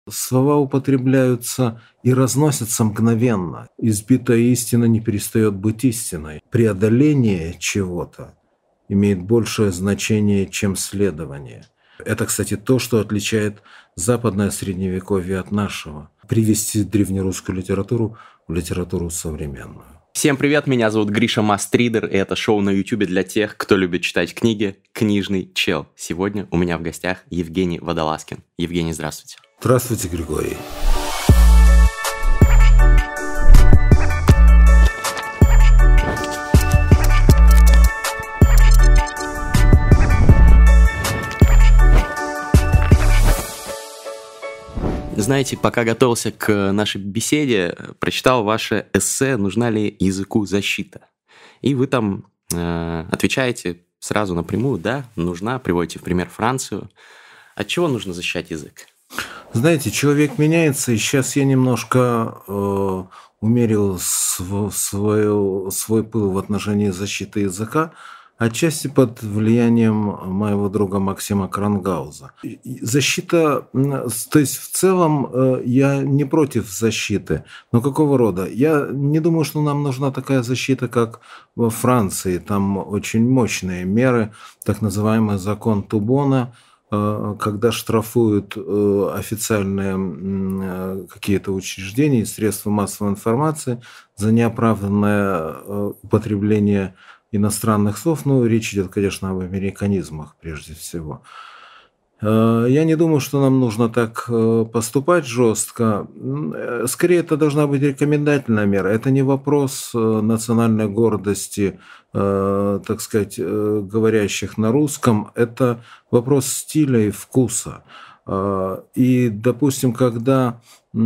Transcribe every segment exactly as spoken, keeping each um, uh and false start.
Слова употребляются и разносятся мгновенно. Избитая истина не перестает быть истиной. Преодоление чего-то имеет большее значение, чем следование. Это, кстати, то, что отличает западное средневековье от нашего. Привести древнерусскую литературу в литературу современную. Всем привет, меня зовут Гриша Мастридер, и это шоу на Ютубе для тех, кто любит читать книги «Книжный чел». Сегодня у меня в гостях Евгений Водолазкин. Евгений, здравствуйте. Здравствуйте, Григорий. Знаете, пока готовился к нашей беседе, прочитал ваше эссе «Нужна ли языку защита?». И вы там э, отвечаете сразу напрямую: да, нужна, приводите в пример Францию. От чего нужно защищать язык? Знаете, человек меняется, и сейчас я немножко э, умерил св- свою, свой пыл в отношении защиты языка, отчасти под влиянием моего друга Максима Крангауза. Защита, то есть в целом э, я не против защиты, но какого рода? Я не думаю, что нам нужна такая защита, как во Франции. Там очень мощные меры, так называемый закон Тубона, когда штрафуют официальные какие-то учреждения и средства массовой информации за неоправданное употребление иностранных слов. Ну, речь идет, конечно, об американизмах прежде всего. Я не думаю, что нам нужно так поступать жестко. Скорее, это должна быть рекомендательная мера. Это не вопрос национальной гордости, так сказать, говорящих на русском. Это вопрос стиля и вкуса. И, допустим, когда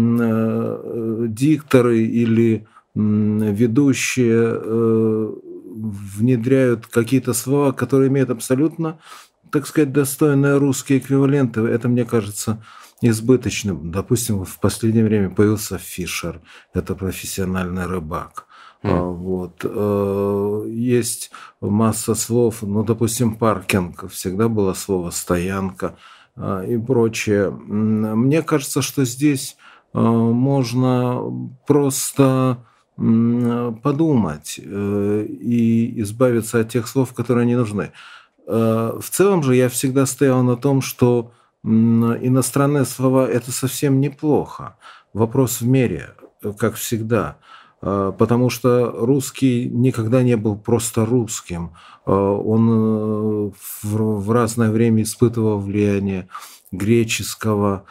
дикторы или ведущие внедряют какие-то слова, которые имеют абсолютно, так сказать, достойные русские эквиваленты, это, мне кажется, избыточным. Допустим, в последнее время появился Фишер, это профессиональный рыбак. Mm. Вот. Есть масса слов, ну, допустим, паркинг, всегда было слово стоянка и прочее. Мне кажется, что здесь можно просто подумать и избавиться от тех слов, которые не нужны. В целом же я всегда стоял на том, что иностранные слова – это совсем неплохо. Вопрос в мере, как всегда. Потому что русский никогда не был просто русским. Он в разное время испытывал влияние греческого,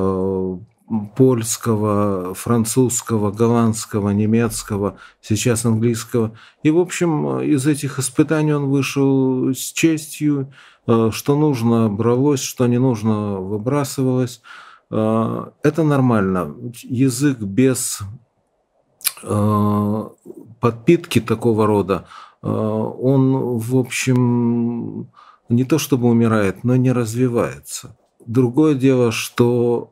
польского, французского, голландского, немецкого, сейчас английского. И, в общем, из этих испытаний он вышел с честью. Что нужно, бралось, что не нужно, выбрасывалось. Это нормально. Язык без подпитки такого рода, он, в общем, не то чтобы умирает, но не развивается. Другое дело, что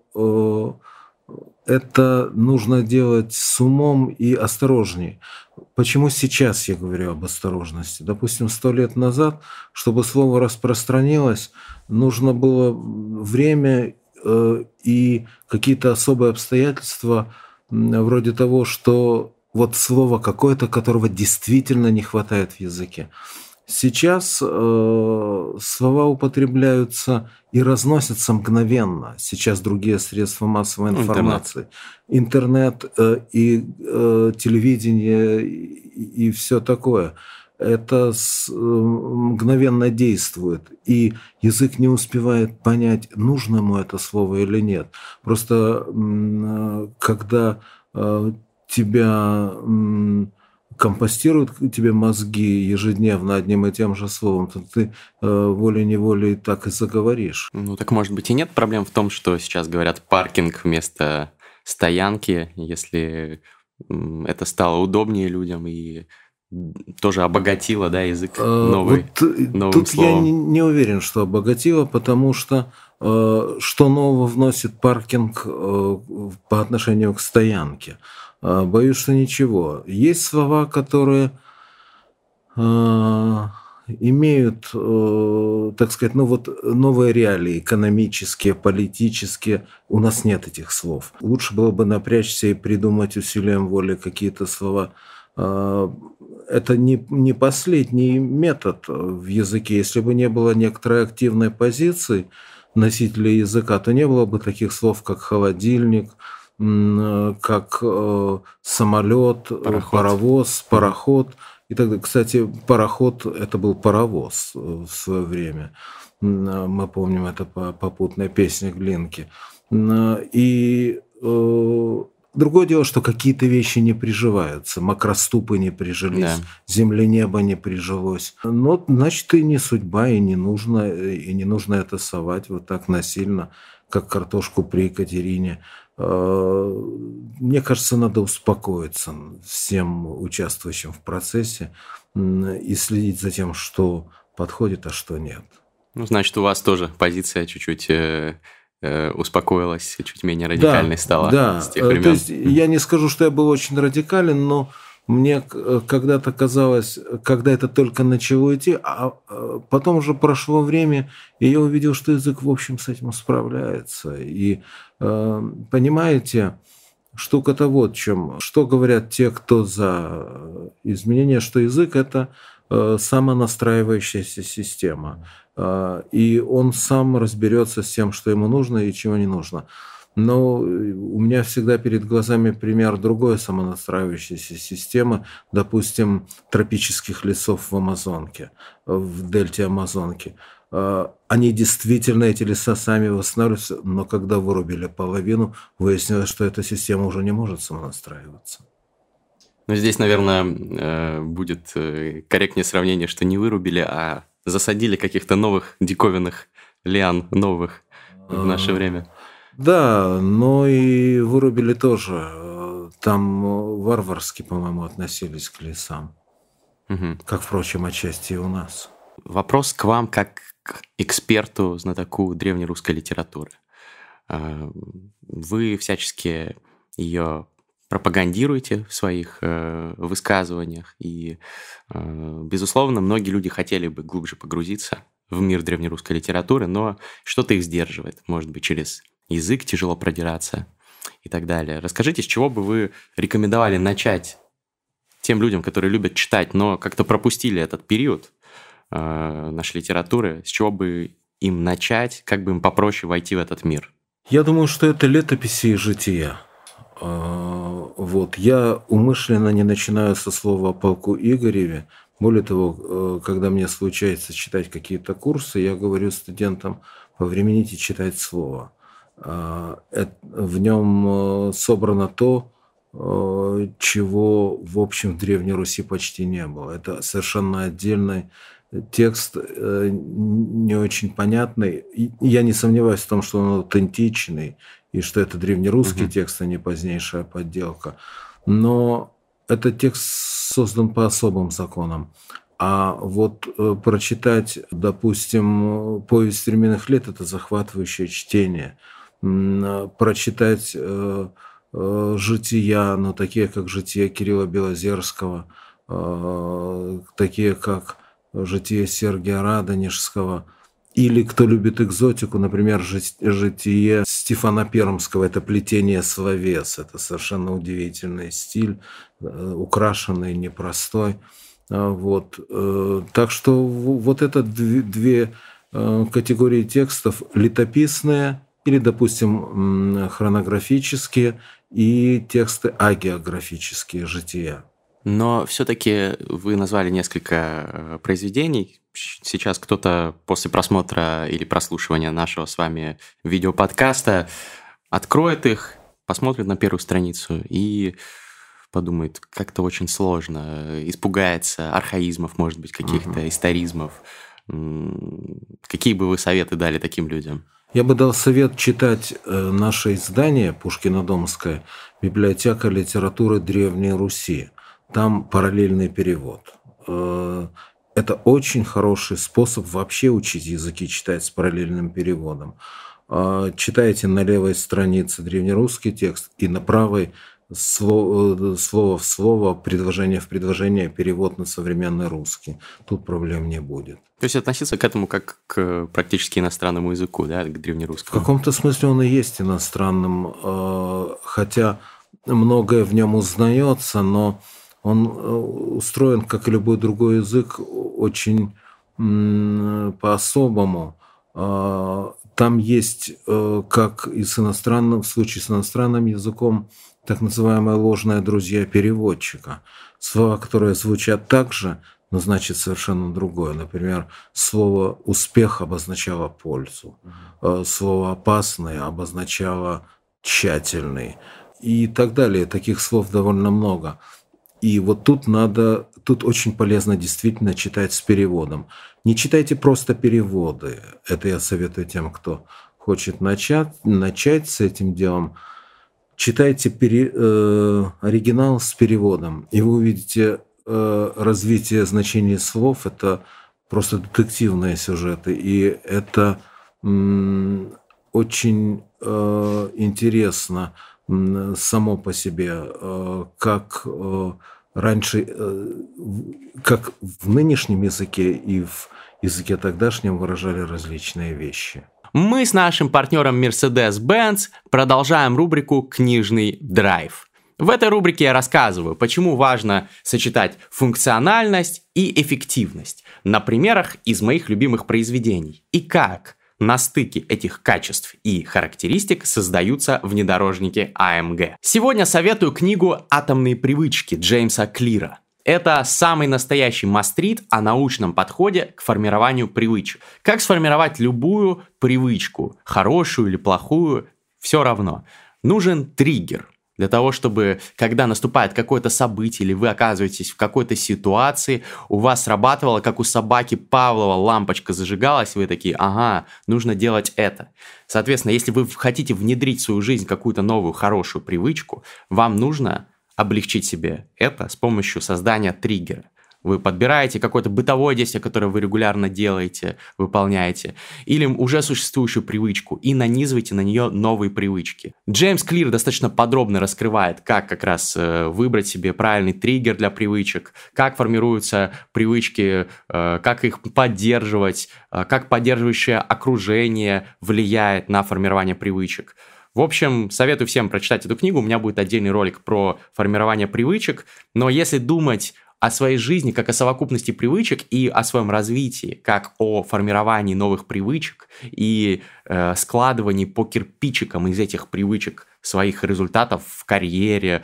это нужно делать с умом и осторожней. Почему сейчас я говорю об осторожности? Допустим, сто лет назад, чтобы слово распространилось, нужно было время и какие-то особые обстоятельства, вроде того, что вот слово какое-то, которого действительно не хватает в языке. Сейчас э, слова употребляются и разносятся мгновенно. Сейчас другие средства массовой информации. Интернет, Интернет э, и э, телевидение и, и все такое. Это с, э, мгновенно действует. И язык не успевает понять, нужно ему это слово или нет. Просто э, когда э, тебя... Э, компостируют тебе мозги ежедневно одним и тем же словом, то ты э, волей-неволей так и заговоришь. Ну, так, может быть, и нет проблем в том, что сейчас говорят паркинг вместо стоянки, если это стало удобнее людям и тоже обогатило, да, язык новый, вот новым тут словом. Я не, не уверен, что обогатило, потому что э, что нового вносит паркинг э, по отношению к стоянке? Боюсь, что ничего. Есть слова, которые э, имеют, э, так сказать, ну вот новые реалии, экономические, политические. У нас нет этих слов. Лучше было бы напрячься и придумать усилием воли какие-то слова. Э, это не, не последний метод в языке. Если бы не было некоторой активной позиции носителей языка, то не было бы таких слов, как холодильник, как э, самолет, Пароход. паровоз, пароход. И тогда, кстати, пароход – это был паровоз в свое время. Мы помним это по попутной песне Глинки. И э, другое дело, что какие-то вещи не приживаются. Макроступы не прижились, Да. земля-небо не прижилось. Но, значит, и не судьба, и не нужно, и не нужно это совать вот так насильно, как картошку при Екатерине. Мне кажется, надо успокоиться всем участвующим в процессе и следить за тем, что подходит, а что нет. Ну, значит, у вас тоже позиция чуть-чуть э, э, успокоилась, чуть менее радикальной да, стала да. с тех времен. То есть я не скажу, что я был очень радикален, но мне когда-то казалось, когда это только начало идти, а потом уже прошло время, и я увидел, что язык, в общем, с этим справляется. И понимаете, штука-то вот в чем. Что говорят те, кто за изменения, что язык – это самонастраивающаяся система. И он сам разберется с тем, что ему нужно и чего не нужно. Но у меня всегда перед глазами пример другой самонастраивающейся системы, допустим, тропических лесов в Амазонке, в дельте Амазонки. Они действительно, эти леса сами восстанавливаются, но когда вырубили половину, выяснилось, что эта система уже не может самонастраиваться. Но здесь, наверное, будет корректнее сравнение, что не вырубили, а засадили каких-то новых диковинных лиан, новых в наше время. Да, но и вырубили тоже. Там варварски, по-моему, относились к лесам. Угу. Как, впрочем, отчасти и у нас. Вопрос к вам, как к эксперту, знатоку древнерусской литературы. Вы всячески ее пропагандируете в своих высказываниях. И, безусловно, многие люди хотели бы глубже погрузиться в мир древнерусской литературы, но что-то их сдерживает. Может быть, через язык тяжело продираться и так далее. Расскажите, с чего бы вы рекомендовали начать тем людям, которые любят читать, но как-то пропустили этот период э, нашей литературы, с чего бы им начать, как бы им попроще войти в этот мир? Я думаю, что это летописи и жития. Вот. Я умышленно не начинаю со слова о полку Игореве. Более того, когда мне случается читать какие-то курсы, я говорю студентам: повремените читать слово. В нем собрано то, чего, в общем, в Древней Руси почти не было. Это совершенно отдельный текст, не очень понятный. Я не сомневаюсь в том, что он аутентичный, и что это древнерусский угу. текст, а не позднейшая подделка. Но этот текст создан по особым законам. А вот э, прочитать, допустим, «Повесть временных лет» – это захватывающее чтение. М- прочитать э, э, жития, ну, такие как жития Кирилла Белозерского, э, такие как житие Сергия Радонежского, или кто любит экзотику, например, житие Стефана Пермского, это плетение словес, это совершенно удивительный стиль, украшенный, непростой. Вот. Так что вот это две категории текстов: летописные или, допустим, хронографические, и тексты агеографические, жития. Но все-таки вы назвали несколько произведений. Сейчас кто-то после просмотра или прослушивания нашего с вами видеоподкаста откроет их, посмотрит на первую страницу и подумает, как-то очень сложно, испугается архаизмов, может быть, каких-то uh-huh. историзмов. Какие бы вы советы дали таким людям? Я бы дал совет читать наше издание Пушкино-Домское «Библиотека литературы Древней Руси». Там параллельный перевод. Это очень хороший способ вообще учить языки читать с параллельным переводом. Читайте на левой странице древнерусский текст и на правой слово, слово в слово, предложение в предложение, перевод на современный русский. Тут проблем не будет. То есть относиться к этому как к практически иностранному языку, да, к древнерусскому? В каком-то смысле он и есть иностранным, хотя многое в нем узнается, но он устроен, как и любой другой язык, очень по-особому. Там есть, как и с иностранным, в случае с иностранным языком, так называемые ложные друзья переводчика. Слова, которые звучат так же, но значит совершенно другое. Например, слово «успех» обозначало пользу, слово «опасный» обозначало «тщательный» и так далее. Таких слов довольно много. И вот тут надо, тут очень полезно действительно читать с переводом. Не читайте просто переводы. Это я советую тем, кто хочет начать, начать с этим делом. Читайте пере, э, оригинал с переводом, и вы увидите э, развитие значений слов. Это просто детективные сюжеты, и это м, очень э, интересно м, само по себе, э, как э, раньше, э, как в нынешнем языке и в языке тогдашнем выражали различные вещи. Мы с нашим партнером Mercedes-Benz продолжаем рубрику «Книжный драйв». В этой рубрике я рассказываю, почему важно сочетать функциональность и эффективность на примерах из моих любимых произведений и как на стыке этих качеств и характеристик создаются внедорожники а эм гэ. Сегодня советую книгу «Атомные привычки» Джеймса Клира. Это самый настоящий мастрит о научном подходе к формированию привычек. Как сформировать любую привычку, хорошую или плохую, все равно. Нужен триггер для того, чтобы, когда наступает какое-то событие или вы оказываетесь в какой-то ситуации, у вас срабатывало, как у собаки Павлова, лампочка зажигалась, вы такие, ага, нужно делать это. Соответственно, если вы хотите внедрить в свою жизнь какую-то новую хорошую привычку, вам нужно облегчить себе это с помощью создания триггера. Вы подбираете какое-то бытовое действие, которое вы регулярно делаете, выполняете, или уже существующую привычку и нанизываете на нее новые привычки. Джеймс Клир достаточно подробно раскрывает, как как раз выбрать себе правильный триггер для привычек, как формируются привычки, как их поддерживать, как поддерживающее окружение влияет на формирование привычек. В общем, советую всем прочитать эту книгу. У меня будет отдельный ролик про формирование привычек. Но если думать о своей жизни как о совокупности привычек и о своем развитии, как о формировании новых привычек и э, складывании по кирпичикам из этих привычек своих результатов в карьере,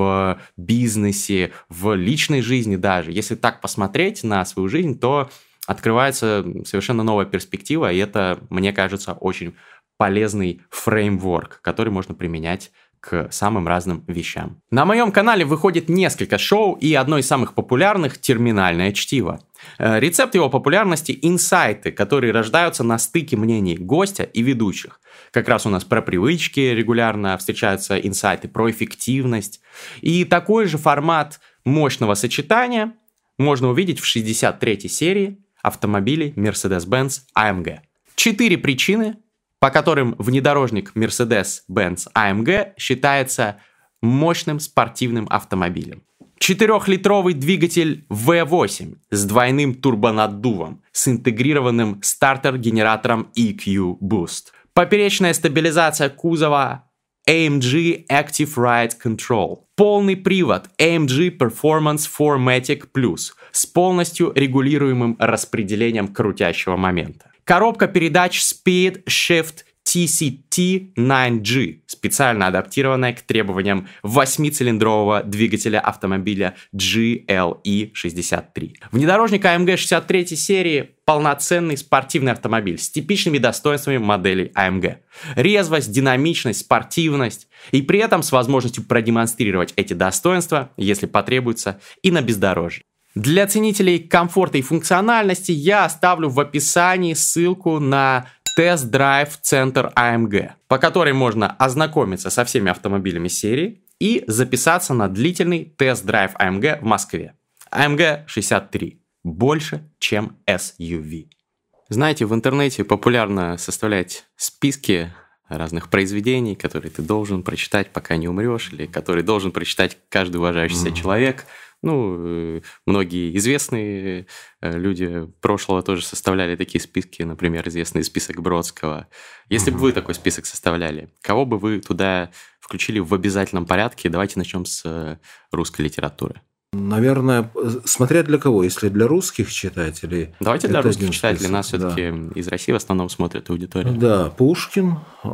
в бизнесе, в личной жизни даже. Если так посмотреть на свою жизнь, то открывается совершенно новая перспектива, и это, мне кажется, очень полезный фреймворк, который можно применять к самым разным вещам. На моем канале выходит несколько шоу, и одно из самых популярных – «Терминальное чтиво». Рецепт его популярности – инсайты, которые рождаются на стыке мнений гостя и ведущих. Как раз у нас про привычки регулярно встречаются инсайты, про эффективность. И такой же формат мощного сочетания можно увидеть в шестьдесят третьей серии автомобилей Mercedes-Benz а эм гэ. Четыре причины, по которым внедорожник Mercedes-Benz а эм гэ считается мощным спортивным автомобилем. Четырехлитровый двигатель вэ восемь с двойным турбонаддувом с интегрированным стартер-генератором и кью Boost. Поперечная стабилизация кузова эй эм джи Active Ride Control. Полный привод эй эм джи Performance фор Matic Plus с полностью регулируемым распределением крутящего момента. Коробка передач Speed Shift ти си ти девять джи, специально адаптированная к требованиям восьмицилиндрового двигателя автомобиля джи эл и шестьдесят три. Внедорожник а эм гэ шестьдесят третьей серии – полноценный спортивный автомобиль с типичными достоинствами моделей а эм гэ. Резвость, динамичность, спортивность, и при этом с возможностью продемонстрировать эти достоинства, если потребуется, и на бездорожье. Для ценителей комфорта и функциональности я оставлю в описании ссылку на тест-драйв центр а эм гэ, по которой можно ознакомиться со всеми автомобилями серии и записаться на длительный тест-драйв а эм гэ в Москве. а эм гэ шестьдесят три. Больше, чем эс ю ви. Знаете, в интернете популярно составлять списки разных произведений, которые ты должен прочитать, пока не умрешь, или которые должен прочитать каждый уважающий себя человек. Ну, многие известные люди прошлого тоже составляли такие списки, например, известный список Бродского. Если бы вы такой список составляли, кого бы вы туда включили в обязательном порядке? Давайте начнем с русской литературы. Наверное, смотря для кого. Если для русских читателей... Давайте для русских читателей. Список. Нас все-таки да. Из России в основном смотрит аудитория. Да, Пушкин.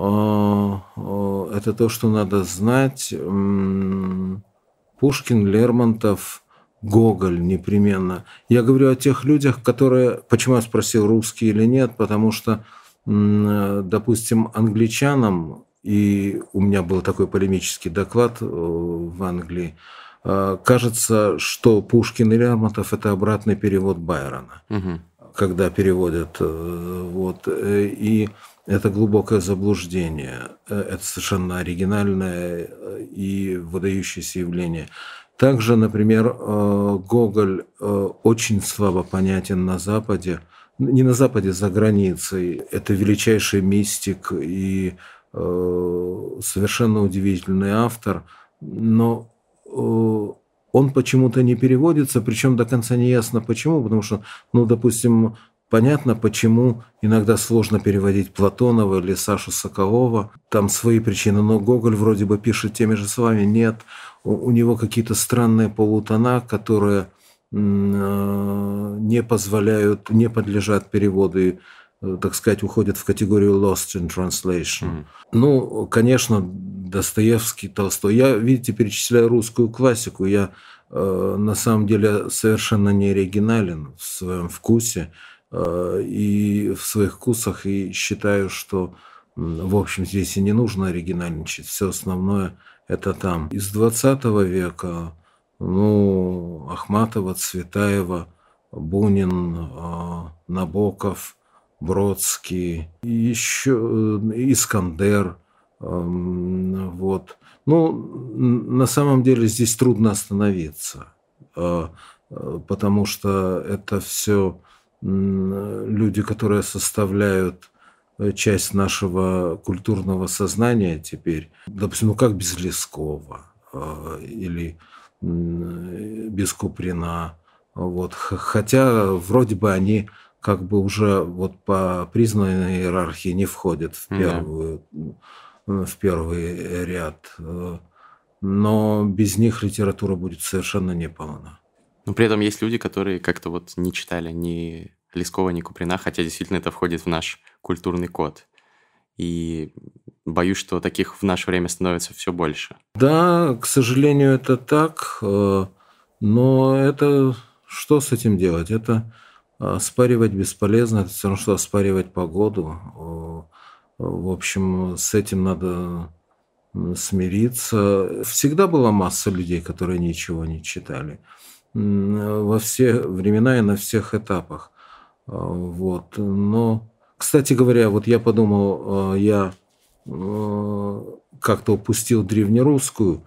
Это то, что надо знать. Пушкин, Лермонтов, Гоголь непременно. Я говорю о тех людях, которые... Почему я спросил, русские или нет? Потому что, допустим, англичанам, и у меня был такой полемический доклад в Англии, кажется, что Пушкин и Лермонтов – это обратный перевод Байрона, угу. когда переводят. Вот, и это глубокое заблуждение. Это совершенно оригинальное и выдающееся явление. Также, например, Гоголь очень слабо понятен на Западе. Не на Западе, за границей. Это величайший мистик и совершенно удивительный автор. Но он почему-то не переводится, причем до конца не ясно почему, потому что, ну, допустим, понятно, почему иногда сложно переводить Платонова или Сашу Соколова, там свои причины, но Гоголь вроде бы пишет теми же словами, нет, у него какие-то странные полутона, которые не позволяют, не подлежат переводу, и, так сказать, уходят в категорию lost in translation. Mm. Ну, конечно, Достоевский, Толстой. Я, видите, перечисляю русскую классику. Я э, на самом деле совершенно не оригинален в своем вкусе э, и в своих вкусах, и считаю, что, в общем, здесь и не нужно оригинальничать. Все основное это там. Из двадцатого века, ну, Ахматова, Цветаева, Бунин, э, Набоков, Бродский, еще Искандер. Вот. Ну, на самом деле здесь трудно остановиться, потому что это все люди, которые составляют часть нашего культурного сознания теперь. Допустим, ну как без Лескова или без Куприна. Вот. Хотя вроде бы они как бы уже вот по признанной иерархии не входят в первую, mm-hmm. в первый ряд. Но без них литература будет совершенно неполна. Но при этом есть люди, которые как-то вот не читали ни Лескова, ни Куприна, хотя действительно это входит в наш культурный код. И боюсь, что таких в наше время становится все больше. Да, к сожалению, это так. Но это что с этим делать? Это оспаривать бесполезно, это все равно, что оспаривать погоду. В общем, с этим надо смириться. Всегда была масса людей, которые ничего не читали. Во все времена и на всех этапах. Вот. Но, кстати говоря, вот я подумал, я как-то упустил древнерусскую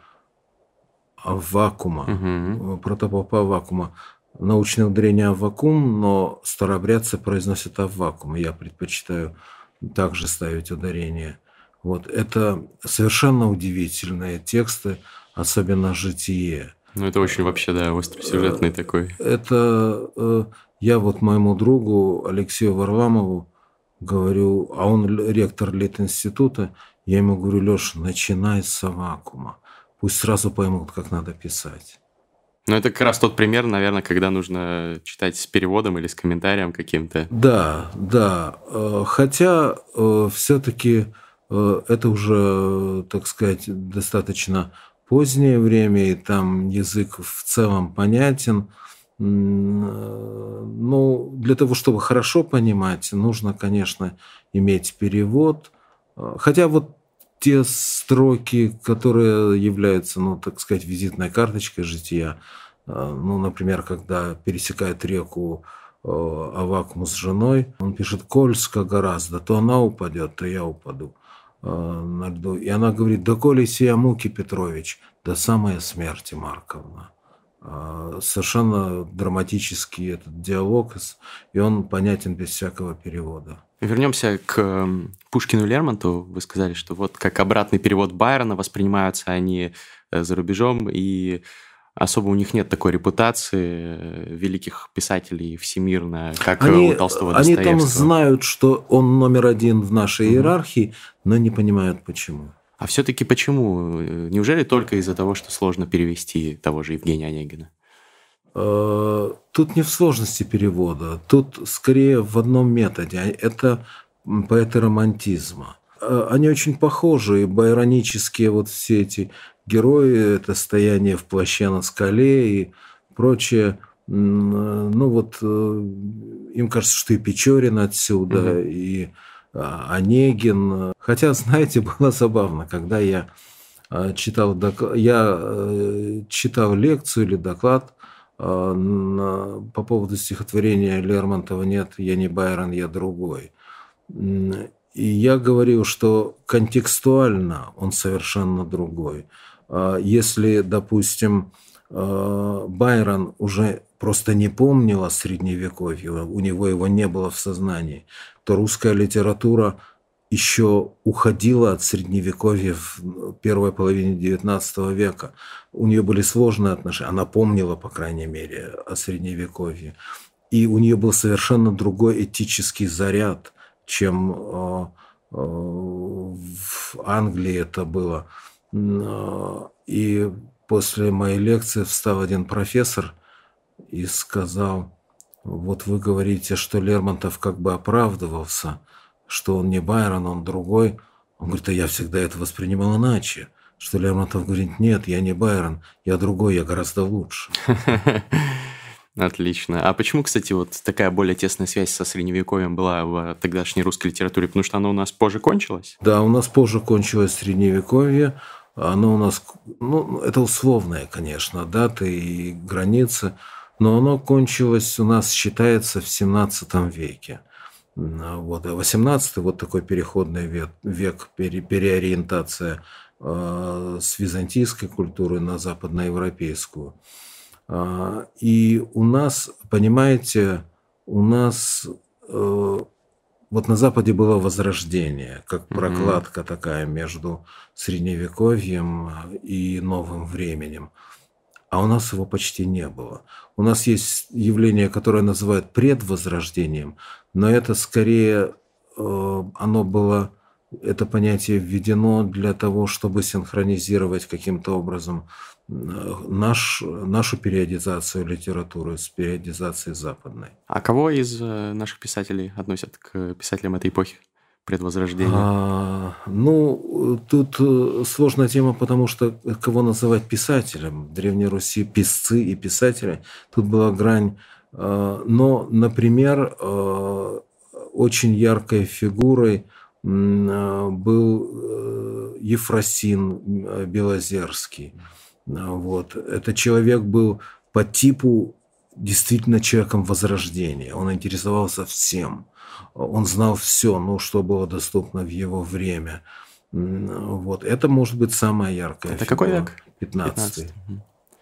Аввакума, угу. протопопа Аввакума. Научное ударение Аввакум, но старообрядцы произносят Аввакум. Я предпочитаю также ставить ударение. Вот. Это совершенно удивительные тексты, особенно «Житие». Ну, это очень вообще, да, остросюжетный такой. Это я вот моему другу Алексею Варламову говорю, а он ректор Литинститута, я ему говорю, Леша, начинай с Аввакума. Пусть сразу поймут, как надо писать. Ну, это как раз тот пример, наверное, когда нужно читать с переводом или с комментарием каким-то. Да, да. Хотя все-таки это уже, так сказать, достаточно позднее время, и там язык в целом понятен. Ну, для того, чтобы хорошо понимать, нужно, конечно, иметь перевод. Хотя вот те строки, которые являются, ну, так сказать, визитной карточкой жития, ну, например, когда пересекает реку Аввакум с женой, он пишет «Кольска гораздо, то она упадет, то я упаду на льду». И она говорит: «Да коли сия муки, Петрович, до самой смерти, Марковна». А, Совершенно драматический этот диалог, и он понятен без всякого перевода. Вернемся к м, Пушкину и Лермонтову. Вы сказали, что вот как обратный перевод Байрона воспринимаются они э, за рубежом, и особо у них нет такой репутации э, великих писателей всемирно, как э, у Они, Толстого, они там Достоевского. знают, что он номер один в нашей Мгм. иерархии, но не понимают почему. А все-таки почему? Э, Неужели только из-за того, что сложно перевести того же Евгения Онегина? Э, Тут не в сложности перевода, тут скорее в одном методе. А Это м, поэты романтизма. Э, Они очень похожи, и байронические вот все эти герои, это «Стояние в плаще на скале» и прочее. М, э, Ну вот э, им кажется, что и Печорин отсюда, Мгм. и а, Онегин. Хотя, знаете, было забавно, когда я а, читал, док- я э, читал лекцию или доклад а, на- по поводу стихотворения Лермонтова «Нет, я не Байрон, я другой». М, И я говорил, что контекстуально он совершенно другой. А, Если, допустим, а, Байрон уже просто не помнил о Средневековье, у него его не было в сознании, то русская литература еще уходила от Средневековья в первой половине девятнадцатого века. У нее были сложные отношения, она помнила, по крайней мере, о Средневековье. И у нее был совершенно другой этический заряд, чем э, э, в Англии это было. М, э, И после моей лекции встал один профессор и сказал: вот вы говорите, что Лермонтов как бы оправдывался, что он не Байрон, он другой. Он говорит: а я всегда это воспринимал иначе. Что Лермонтов говорит: нет, я не Байрон, я другой, я гораздо лучше. Отлично. А почему, кстати, вот такая более тесная связь со Средневековьем была в тогдашней русской литературе? Потому что она у нас позже кончилась? Да, у нас позже кончилось Средневековье. Оно у нас, ну, это условные, конечно, даты и границы, но оно кончилось у нас, считается, в семнадцатом веке. М, Вот. А восемнадцатый вот такой переходный век, век пере- переориентация э, с византийской культуры на западноевропейскую. А, И у нас, понимаете, у нас э, вот на Западе было Возрождение, как Мгм. прокладка такая между Средневековьем и новым временем. А у нас его почти не было. У нас есть явление, которое называют предвозрождением, но это скорее, э, оно было, это понятие введено для того, чтобы синхронизировать каким-то образом э, наш, нашу периодизацию литературы с периодизацией западной. А кого из э, наших писателей относят к писателям этой эпохи предвозрождения? А, ну, тут э, сложная тема, потому что кого называть писателем? В Древней Руси писцы и писатели. Тут была грань. А, Но, например, а, очень яркой фигурой м, а, был э, Ефросин м, Белозерский. А, Вот. Этот человек был по типу действительно человеком Возрождения. Он интересовался всем. Он знал все, ну, что было доступно в его время. М, Вот. Это может быть самая яркая Это какой фигура. век? Пятнадцатый. Пятнадцатый. Мгм.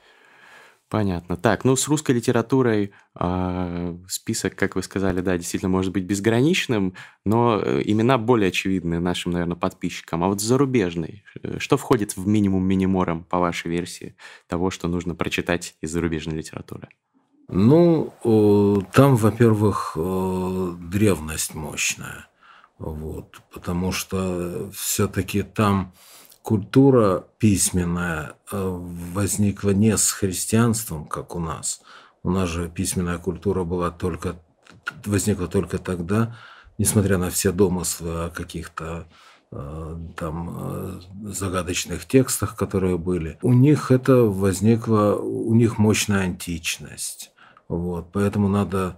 Понятно. Так, ну с русской литературой а, список, как вы сказали, да, действительно может быть безграничным, но э, имена более очевидны нашим, наверное, подписчикам. А вот с зарубежной, э, что входит в минимум минимором, по вашей версии, того, что нужно прочитать из зарубежной литературы? Ну, э, там, во-первых, э, древность мощная. Вот, потому что все-таки там культура письменная э, возникла не с христианством, как у нас. У нас же письменная культура была только, возникла только тогда, несмотря на все домыслы о каких-то э, там э, загадочных текстах, которые были. У них это возникло, у них мощная античность. Вот, поэтому надо,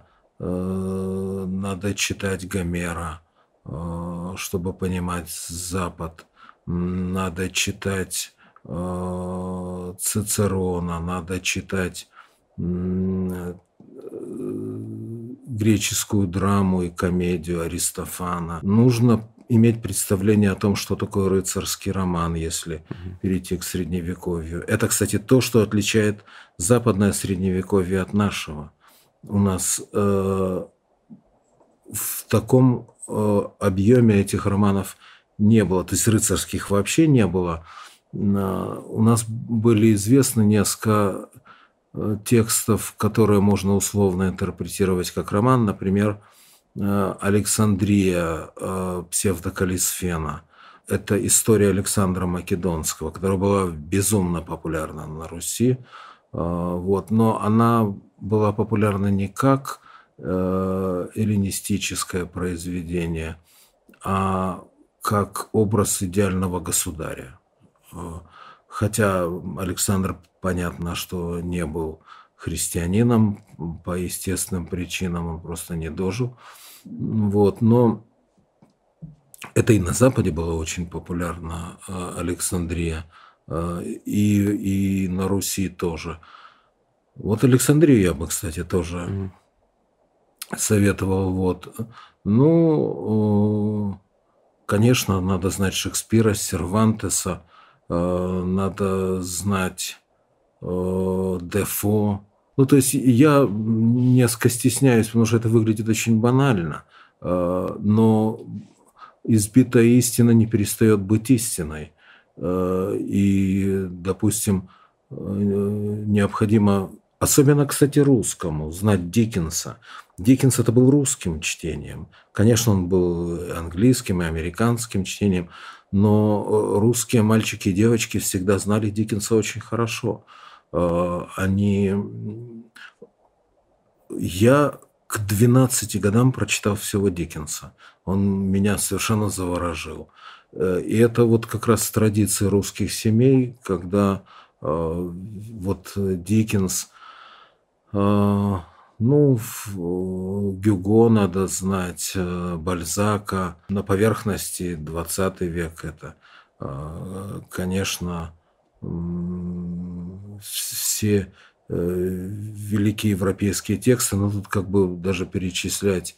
э, надо читать Гомера, э, чтобы понимать Запад. М, Надо читать э, Цицерона, надо читать м, э, греческую драму и комедию Аристофана. Нужно иметь представление о том, что такое рыцарский роман, если угу. перейти к Средневековью. Это, кстати, то, что отличает западное Средневековье от нашего. У нас э, в таком э, объеме этих романов не было, то есть рыцарских вообще не было. У нас были известны несколько текстов, которые можно условно интерпретировать как роман, например, «Александрия» Псевдокалисфена. Это история Александра Македонского, которая была безумно популярна на Руси. Вот. Но она была популярна не как эллинистическое произведение, а как образ идеального государя. Хотя Александр, понятно, что не был христианином по естественным причинам, он просто не дожил. Вот. Но это и на Западе было очень популярно, Александрия, и, и на Руси тоже. Вот Александрию я бы, кстати, тоже mm. советовал. Вот. Ну, конечно, надо знать Шекспира, Сервантеса, надо знать Дефо. Ну, то есть я несколько стесняюсь, потому что это выглядит очень банально, но избитая истина не перестает быть истиной. И, допустим, необходимо, особенно, кстати, русскому, знать Диккенса. Диккенс это был русским чтением. Конечно, он был английским и американским чтением, но русские мальчики и девочки всегда знали Диккенса очень хорошо. Они... Я к двенадцати годам прочитал всего Диккенса. Он меня совершенно заворожил. И это вот как раз традиция русских семей, когда вот Диккенс... Ну, Гюго надо знать, Бальзака. На поверхности двадцатый век это, конечно, все великие европейские тексты, но тут как бы даже перечислять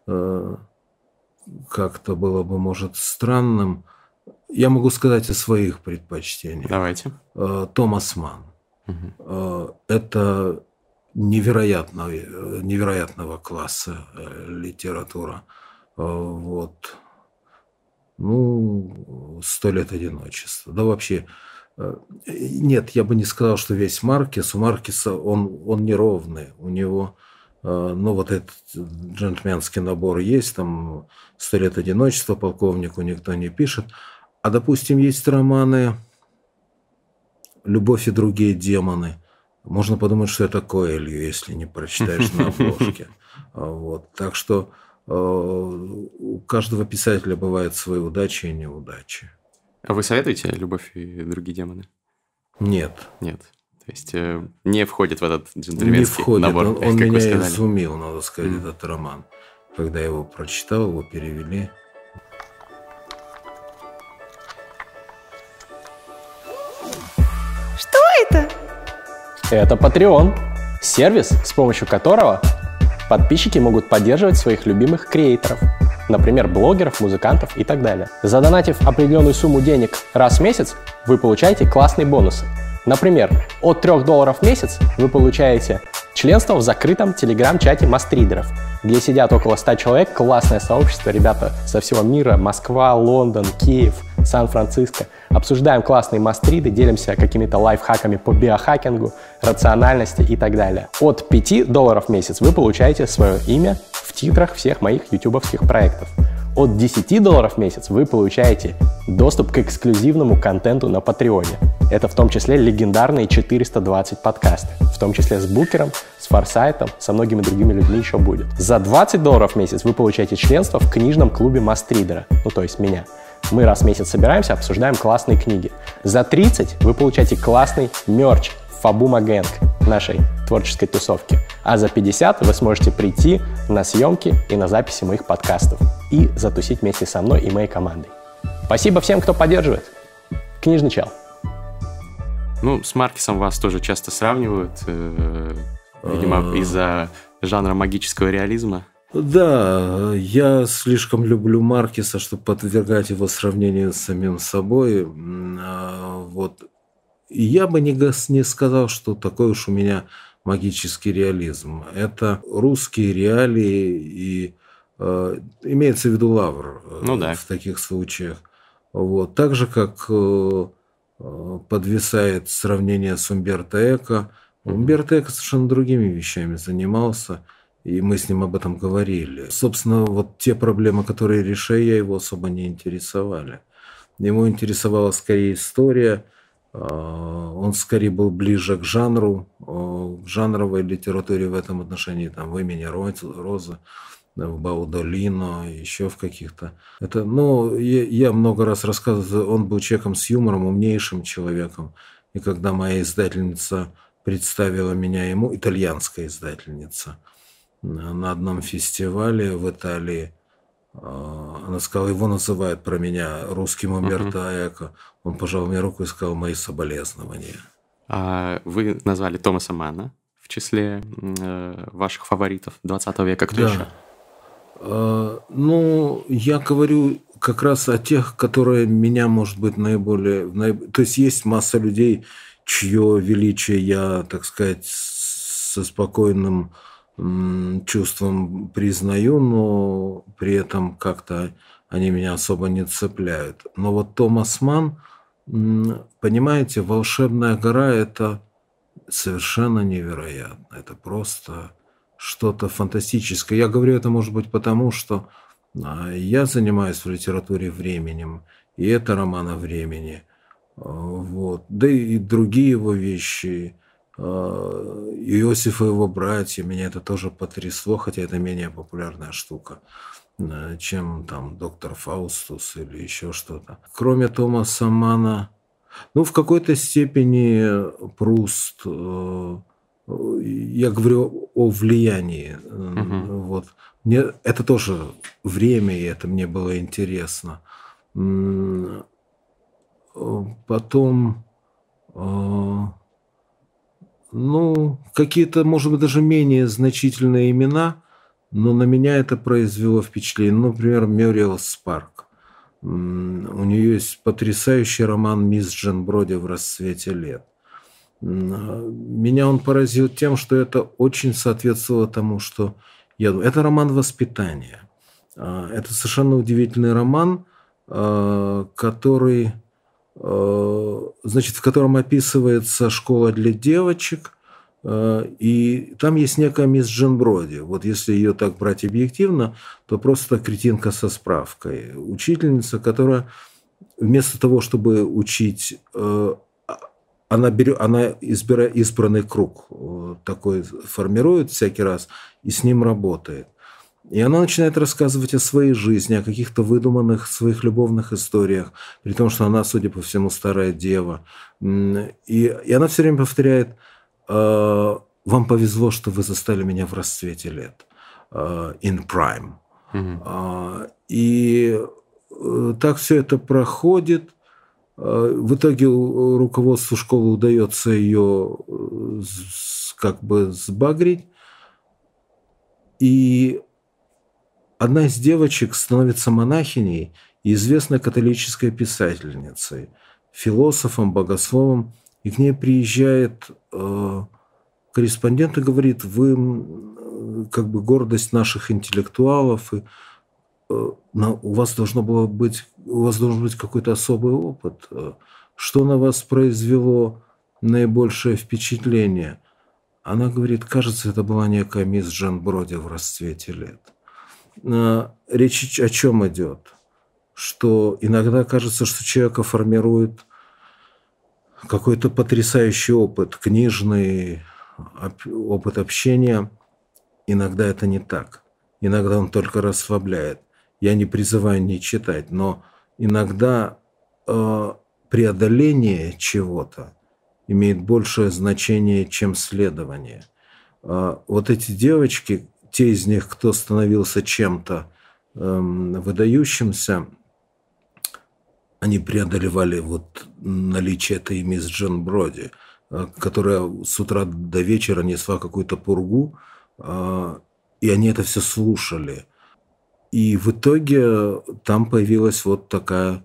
как-то было бы, может, странным. Я могу сказать о своих предпочтениях. Давайте. Томас Манн. Угу. Это невероятного, невероятного класса литература. Вот. Ну, «Сто лет одиночества». Да вообще, нет, я бы не сказал, что весь Маркес. У Маркеса он, он неровный. У него, ну, вот этот джентльменский набор есть, там «Сто лет одиночества», «Полковнику никто не пишет». А, допустим, есть романы «Любовь и другие демоны». Можно подумать, что это Коэлью, если не прочитаешь на обложке. Вот. Так что э, у каждого писателя бывают свои удачи и неудачи. А вы советуете «Любовь и другие демоны»? Нет. Нет. То есть э, не входит в этот джентльменский не входит. Набор, Он, он меня изумил, надо сказать, mm. этот роман. Когда я его прочитал, его перевели. Что это? Это Patreon, сервис, с помощью которого подписчики могут поддерживать своих любимых креаторов, например, блогеров, музыкантов и так далее. Задонатив определенную сумму денег раз в месяц, вы получаете классные бонусы. Например, от трёх долларов в месяц вы получаете членство в закрытом телеграм-чате мастридеров, где сидят около ста человек, классное сообщество, ребята со всего мира, Москва, Лондон, Киев, Сан-Франциско. Обсуждаем классные мастриды, делимся какими-то лайфхаками по биохакингу, рациональности и так далее. От пяти долларов в месяц вы получаете свое имя в титрах всех моих ютубовских проектов. От десяти долларов в месяц вы получаете доступ к эксклюзивному контенту на Патреоне. Это в том числе легендарные четыреста двадцать подкасты, в том числе с Букером, с Форсайтом, со многими другими людьми еще будет. За двадцать долларов в месяц вы получаете членство в книжном клубе Мастридера, ну то есть меня. Мы раз в месяц собираемся, обсуждаем классные книги. За тридцать вы получаете классный мерч Фабума Гэнг нашей творческой тусовки. А за пятьдесят вы сможете прийти на съемки и на записи моих подкастов и затусить вместе со мной и моей командой. Спасибо всем, кто поддерживает. Книжный чел. Ну, с Маркесом вас тоже часто сравнивают, э, видимо, из-за жанра магического реализма. Да, я слишком люблю Маркеса, чтобы подвергать его сравнению с самим собой. Вот. И я бы не, не сказал, что такой уж у меня магический реализм. Это русские реалии, и э, имеется в виду Лавр э, ну, да. в таких случаях. Вот. Так же, как э, подвисает сравнение с Умберто Эко. Mm-hmm. Умберто Эко совершенно другими вещами занимался, и мы с ним об этом говорили. Собственно, вот те проблемы, которые решаю, я его особо не интересовали. Ему интересовала скорее история, он скорее был ближе к жанру, к жанровой литературе в этом отношении, там, в «Имени Розы», в Баудолино, еще в каких-то. Это, ну, я, я много раз рассказывал, он был человеком с юмором, умнейшим человеком. И когда моя издательница представила меня ему, итальянская издательница, на одном фестивале в Италии, она сказала, его называют про меня русским Умберто uh-huh. Эко. Он пожал мне руку и сказал, мои соболезнования. А вы назвали Томаса Манна в числе э, ваших фаворитов двадцатого века. Кто да. еще? А, ну, я говорю как раз о тех, которые меня, может быть, наиболее... Наиб... То есть есть масса людей, чье величие я, так сказать, со спокойным чувством признаю, но при этом как-то они меня особо не цепляют. Но вот Томас Манн, понимаете, «Волшебная гора» – это совершенно невероятно. Это просто что-то фантастическое. Я говорю это, может быть, потому, что я занимаюсь в литературе временем, и это роман о времени. Вот. Да и другие его вещи. Иосиф и его братья, меня это тоже потрясло, хотя это менее популярная штука, чем там доктор Фаустус или еще что-то. Кроме Томаса Манна, ну, в какой-то степени Пруст, я говорю о влиянии. Uh-huh. Вот. Мне, это тоже время, и это мне было интересно. Потом... Ну, какие-то, может быть, даже менее значительные имена, но на меня это произвело впечатление. Ну, например, Мюриэл Спарк. У нее есть потрясающий роман «Мисс Джен Броди в расцвете лет». Меня он поразил тем, что это очень соответствовало тому, что я думаю. Это роман воспитания. Это совершенно удивительный роман, который... значит, в котором описывается школа для девочек, и там есть некая мисс Джен Броди. Вот если ее так брать объективно, то просто кретинка со справкой. Учительница, которая вместо того, чтобы учить, она, берет, она избира, избранный круг такой формирует всякий раз и с ним работает. И она начинает рассказывать о своей жизни, о каких-то выдуманных своих любовных историях, при том, что она, судя по всему, старая дева. И, и она все время повторяет, вам повезло, что вы застали меня в расцвете лет, in prime. Mm-hmm. И так все это проходит. В итоге руководству школы удается ее как бы сбагрить. И одна из девочек становится монахиней и известной католической писательницей, философом, богословом, и к ней приезжает э, корреспондент и говорит, вы как бы гордость наших интеллектуалов, и э, на, у вас должно было быть, у вас должен быть какой-то особый опыт. Что на вас произвело наибольшее впечатление? Она говорит, кажется, это была некая мисс Джен Броди в расцвете лет. Речь о чем идет? Что иногда кажется, что человека формирует какой-то потрясающий опыт, книжный опыт общения. Иногда это не так. Иногда он только расслабляет. Я не призываю не читать, но иногда э, преодоление чего-то имеет большее значение, чем следование. Э, вот эти девочки, те из них, кто становился чем-то э, выдающимся, они преодолевали вот наличие этой мисс Джен Броди, которая с утра до вечера несла какую-то пургу, и они это все слушали. И в итоге там появилась вот такая,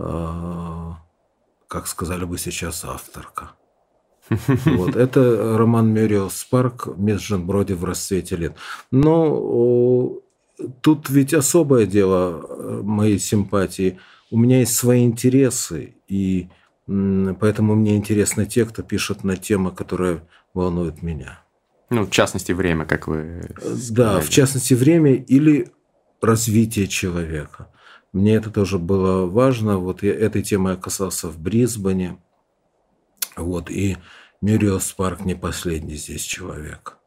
как сказали бы сейчас, авторка. Вот. Это роман Мюриэл Спарк «Меджен Броди в расцвете лет». Но тут ведь особое дело моей симпатии. У меня есть свои интересы, и поэтому мне интересны те, кто пишет на темы, которые волнуют меня. Ну, в частности, время, как вы сказали. Да, в частности, время или развитие человека. Мне это тоже было важно. Вот я этой темой я касался в Брисбене. Вот, и Мюриэл Спарк не последний здесь человек.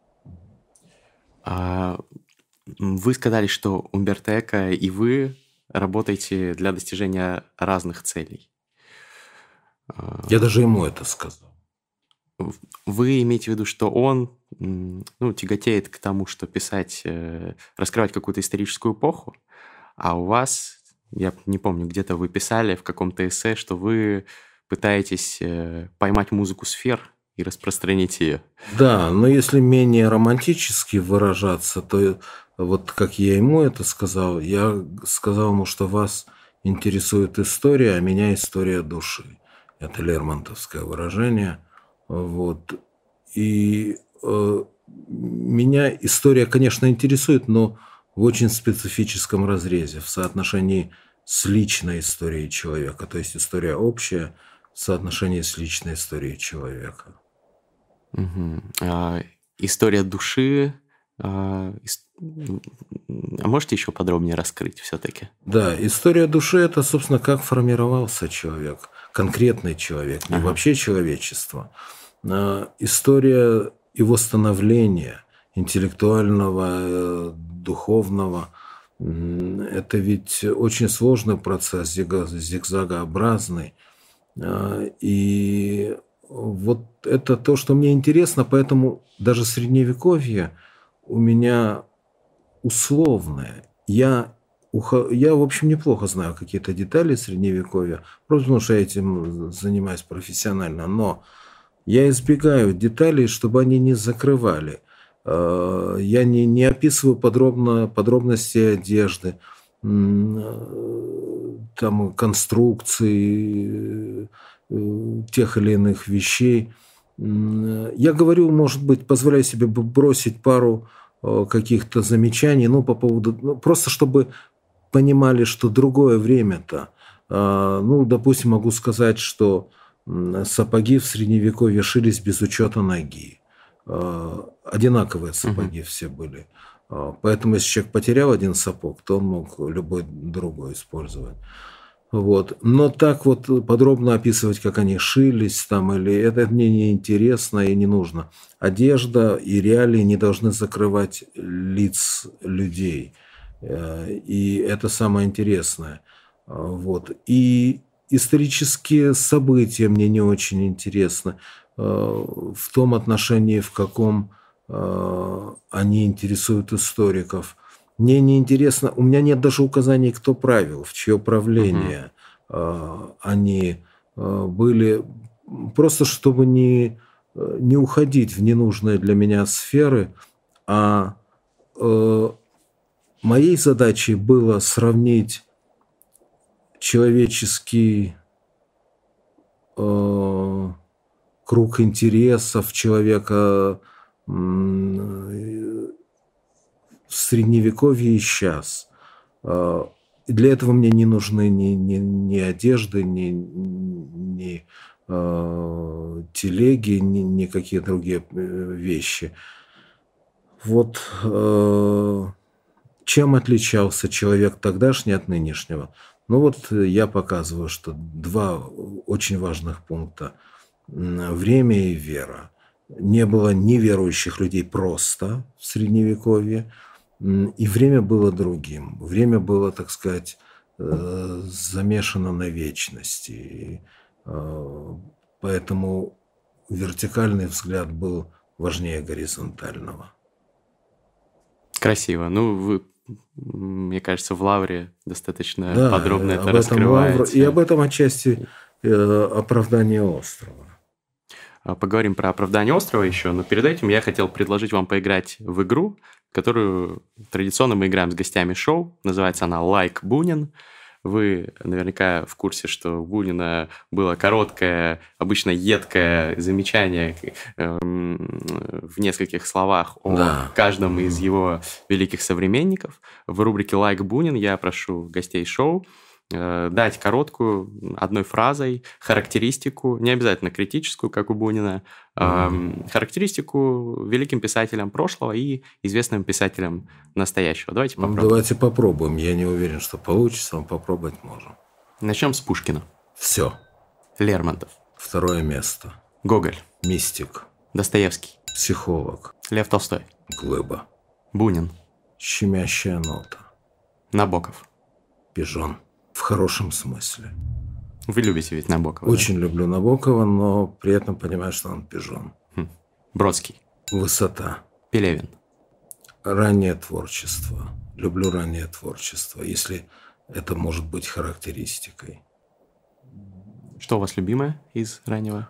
А вы сказали, что Умберто Эко и вы работаете для достижения разных целей. Я даже ему это сказал. Вы имеете в виду, что он ну, тяготеет к тому, что писать, раскрывать какую-то историческую эпоху, а у вас, я не помню, где-то вы писали в каком-то эссе, что вы пытаетесь поймать музыку сфер и распространить ее. Да, но если менее романтически выражаться, то вот как я ему это сказал, я сказал ему, что вас интересует история, а меня история души. Это лермонтовское выражение. Вот. И э, меня история, конечно, интересует, но в очень специфическом разрезе, в соотношении с личной историей человека. То есть история общая в соотношении с личной историей человека. Угу. А, история души... А, ис... а можете еще подробнее раскрыть все-таки? Да, история души – это, собственно, как формировался человек, конкретный человек, не ага. вообще человечество. А, история его становления интеллектуального, духовного – это ведь очень сложный процесс, зигзагообразный. А, и вот это то, что мне интересно, поэтому даже средневековье у меня условное. Я, я, в общем, неплохо знаю какие-то детали средневековья, просто потому что я этим занимаюсь профессионально, но я избегаю деталей, чтобы они не закрывали. Я не, не описываю подробно, подробности одежды, там, конструкции тех или иных вещей. Я говорю, может быть, позволяю себе бросить пару каких-то замечаний, ну, по поводу, ну, просто чтобы понимали, что другое время-то. Ну, допустим, могу сказать, что сапоги в Средневековье шились без учета ноги. Одинаковые сапоги uh-huh. все были. Поэтому, если человек потерял один сапог, то он мог любой другой использовать. Вот. Но так вот подробно описывать, как они шились там, или это мне не интересно и не нужно. Одежда и реалии не должны закрывать лиц людей. И это самое интересное. Вот. И исторические события мне не очень интересны в том отношении, в каком они интересуют историков. Мне не интересно, у меня нет даже указаний, кто правил, в чье правление uh-huh. они были, просто чтобы не, не уходить в ненужные для меня сферы, а моей задачей было сравнить человеческий круг интересов человека в Средневековье и сейчас. Для этого мне не нужны ни, ни, ни одежды, ни, ни э, телеги, ни, ни какие другие вещи. Вот э, чем отличался человек тогдашний от нынешнего? Ну вот я показываю, что два очень важных пункта. Время и вера. Не было неверующих людей просто в Средневековье, и время было другим. Время было, так сказать, замешано на вечности. Поэтому вертикальный взгляд был важнее горизонтального. Красиво. Ну, вы, мне кажется, в Лавре достаточно да, подробно это раскрываете. Лавр, и об этом отчасти оправдание острова. Поговорим про оправдание острова еще, но перед этим я хотел предложить вам поиграть в игру, которую традиционно мы играем с гостями шоу. Называется она «Like Бунин». Вы наверняка в курсе, что у Бунина было короткое, обычно едкое замечание э, в нескольких словах о да. каждом из его великих современников. В рубрике «Like Бунин» я прошу гостей шоу э, дать короткую, одной фразой, характеристику, не обязательно критическую, как у Бунина, э, mm-hmm. характеристику великим писателям прошлого и известным писателям настоящего. Давайте попробуем. Давайте попробуем. Я не уверен, что получится, но попробовать можем. Начнем с Пушкина. Все. Лермонтов. Второе место. Гоголь. Мистик. Достоевский. Психолог. Лев Толстой. Глыба. Бунин. Щемящая нота. Набоков. Пижон. В хорошем смысле. Вы любите ведь Набокова? Очень да? люблю Набокова, но при этом понимаю, что он пижон. Хм. Бродский. Высота. Пелевин. Раннее творчество. Люблю раннее творчество, если это может быть характеристикой. Что у вас любимое из раннего?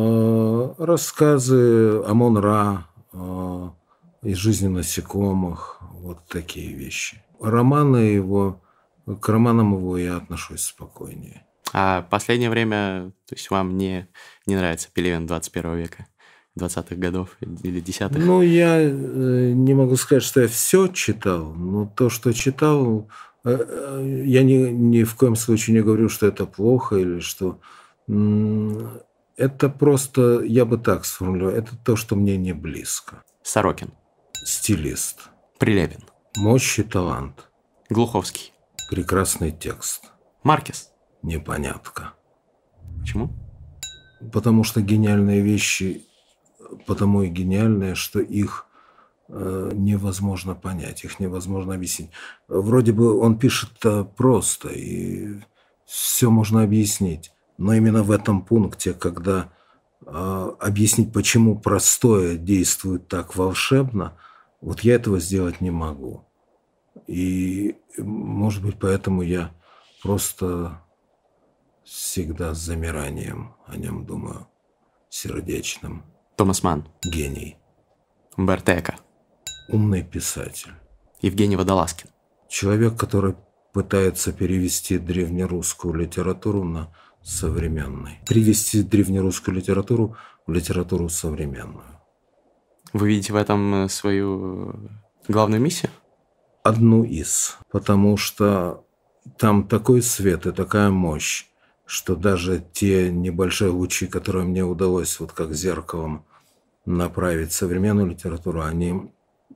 Рассказы Амон-Ra, из жизни насекомых, вот такие вещи. Романы его, к романам его я отношусь спокойнее. А последнее время, то есть вам не, не нравится Пелевин двадцать первого века? двадцатых годов или десятых? Ну, я не могу сказать, что я все читал, но то, что читал, я ни, ни в коем случае не говорю, что это плохо или что... Это просто, я бы так сформулировал, это то, что мне не близко. Сорокин. Стилист. Прилепин. Мощь и талант. Глуховский. Прекрасный текст. Маркес. Непонятка. Почему? Потому что гениальные вещи... Потому и гениальное, что их э, невозможно понять, их невозможно объяснить. Вроде бы он пишет просто, и все можно объяснить. Но именно в этом пункте, когда э, объяснить, почему простое действует так волшебно, вот я этого сделать не могу. И, может быть, поэтому я просто всегда с замиранием о нем думаю, сердечным. Томас Манн. Гений. Умберто Эко. Умный писатель. Евгений Водолазкин. Человек, который пытается перевести древнерусскую литературу на современный. Привести древнерусскую литературу в литературу современную. Вы видите в этом свою главную миссию? Одну из. Потому что там такой свет и такая мощь, что даже те небольшие лучи, которые мне удалось вот как зеркалом направить в современную литературу, они, э,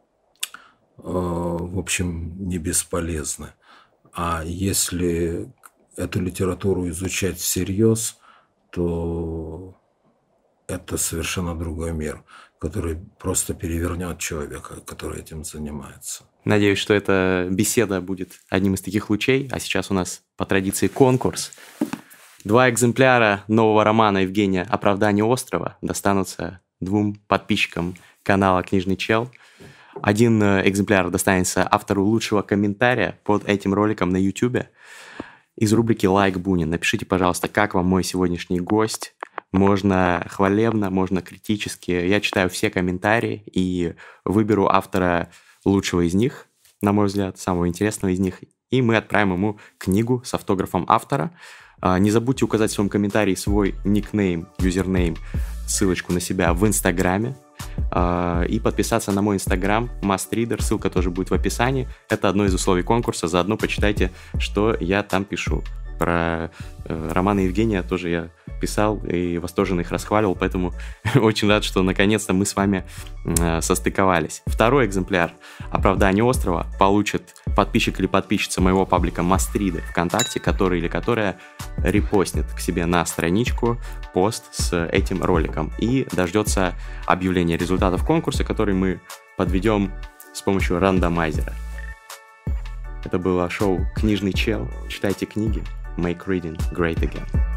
в общем, не бесполезны. А если эту литературу изучать всерьез, то это совершенно другой мир, который просто перевернет человека, который этим занимается. Надеюсь, что эта беседа будет одним из таких лучей. А сейчас у нас по традиции конкурс. Два экземпляра нового романа Евгения «Оправдание острова» достанутся двум подписчикам канала «Книжный чел». Один экземпляр достанется автору лучшего комментария под этим роликом на YouTube из рубрики «Like Бунин». Напишите, пожалуйста, как вам мой сегодняшний гость. Можно хвалебно, можно критически. Я читаю все комментарии и выберу автора лучшего из них, на мой взгляд, самого интересного из них. И мы отправим ему книгу с автографом автора. Не забудьте указать в своем комментарии свой никнейм, юзернейм, ссылочку на себя в Инстаграме и подписаться на мой Инстаграм Mastreader, ссылка тоже будет в описании. Это одно из условий конкурса, заодно почитайте, что я там пишу. Про э, романы Евгения тоже я писал и восторженно их расхваливал, поэтому очень рад, что наконец-то мы с вами э, состыковались. Второй экземпляр «Оправдание острова» получит подписчик или подписчица моего паблика Mastreader ВКонтакте, который или которая репостнет к себе на страничку пост с этим роликом и дождется объявления результатов конкурса, который мы подведем с помощью рандомайзера. Это было шоу «Книжный чел». Читайте книги. Make reading great again.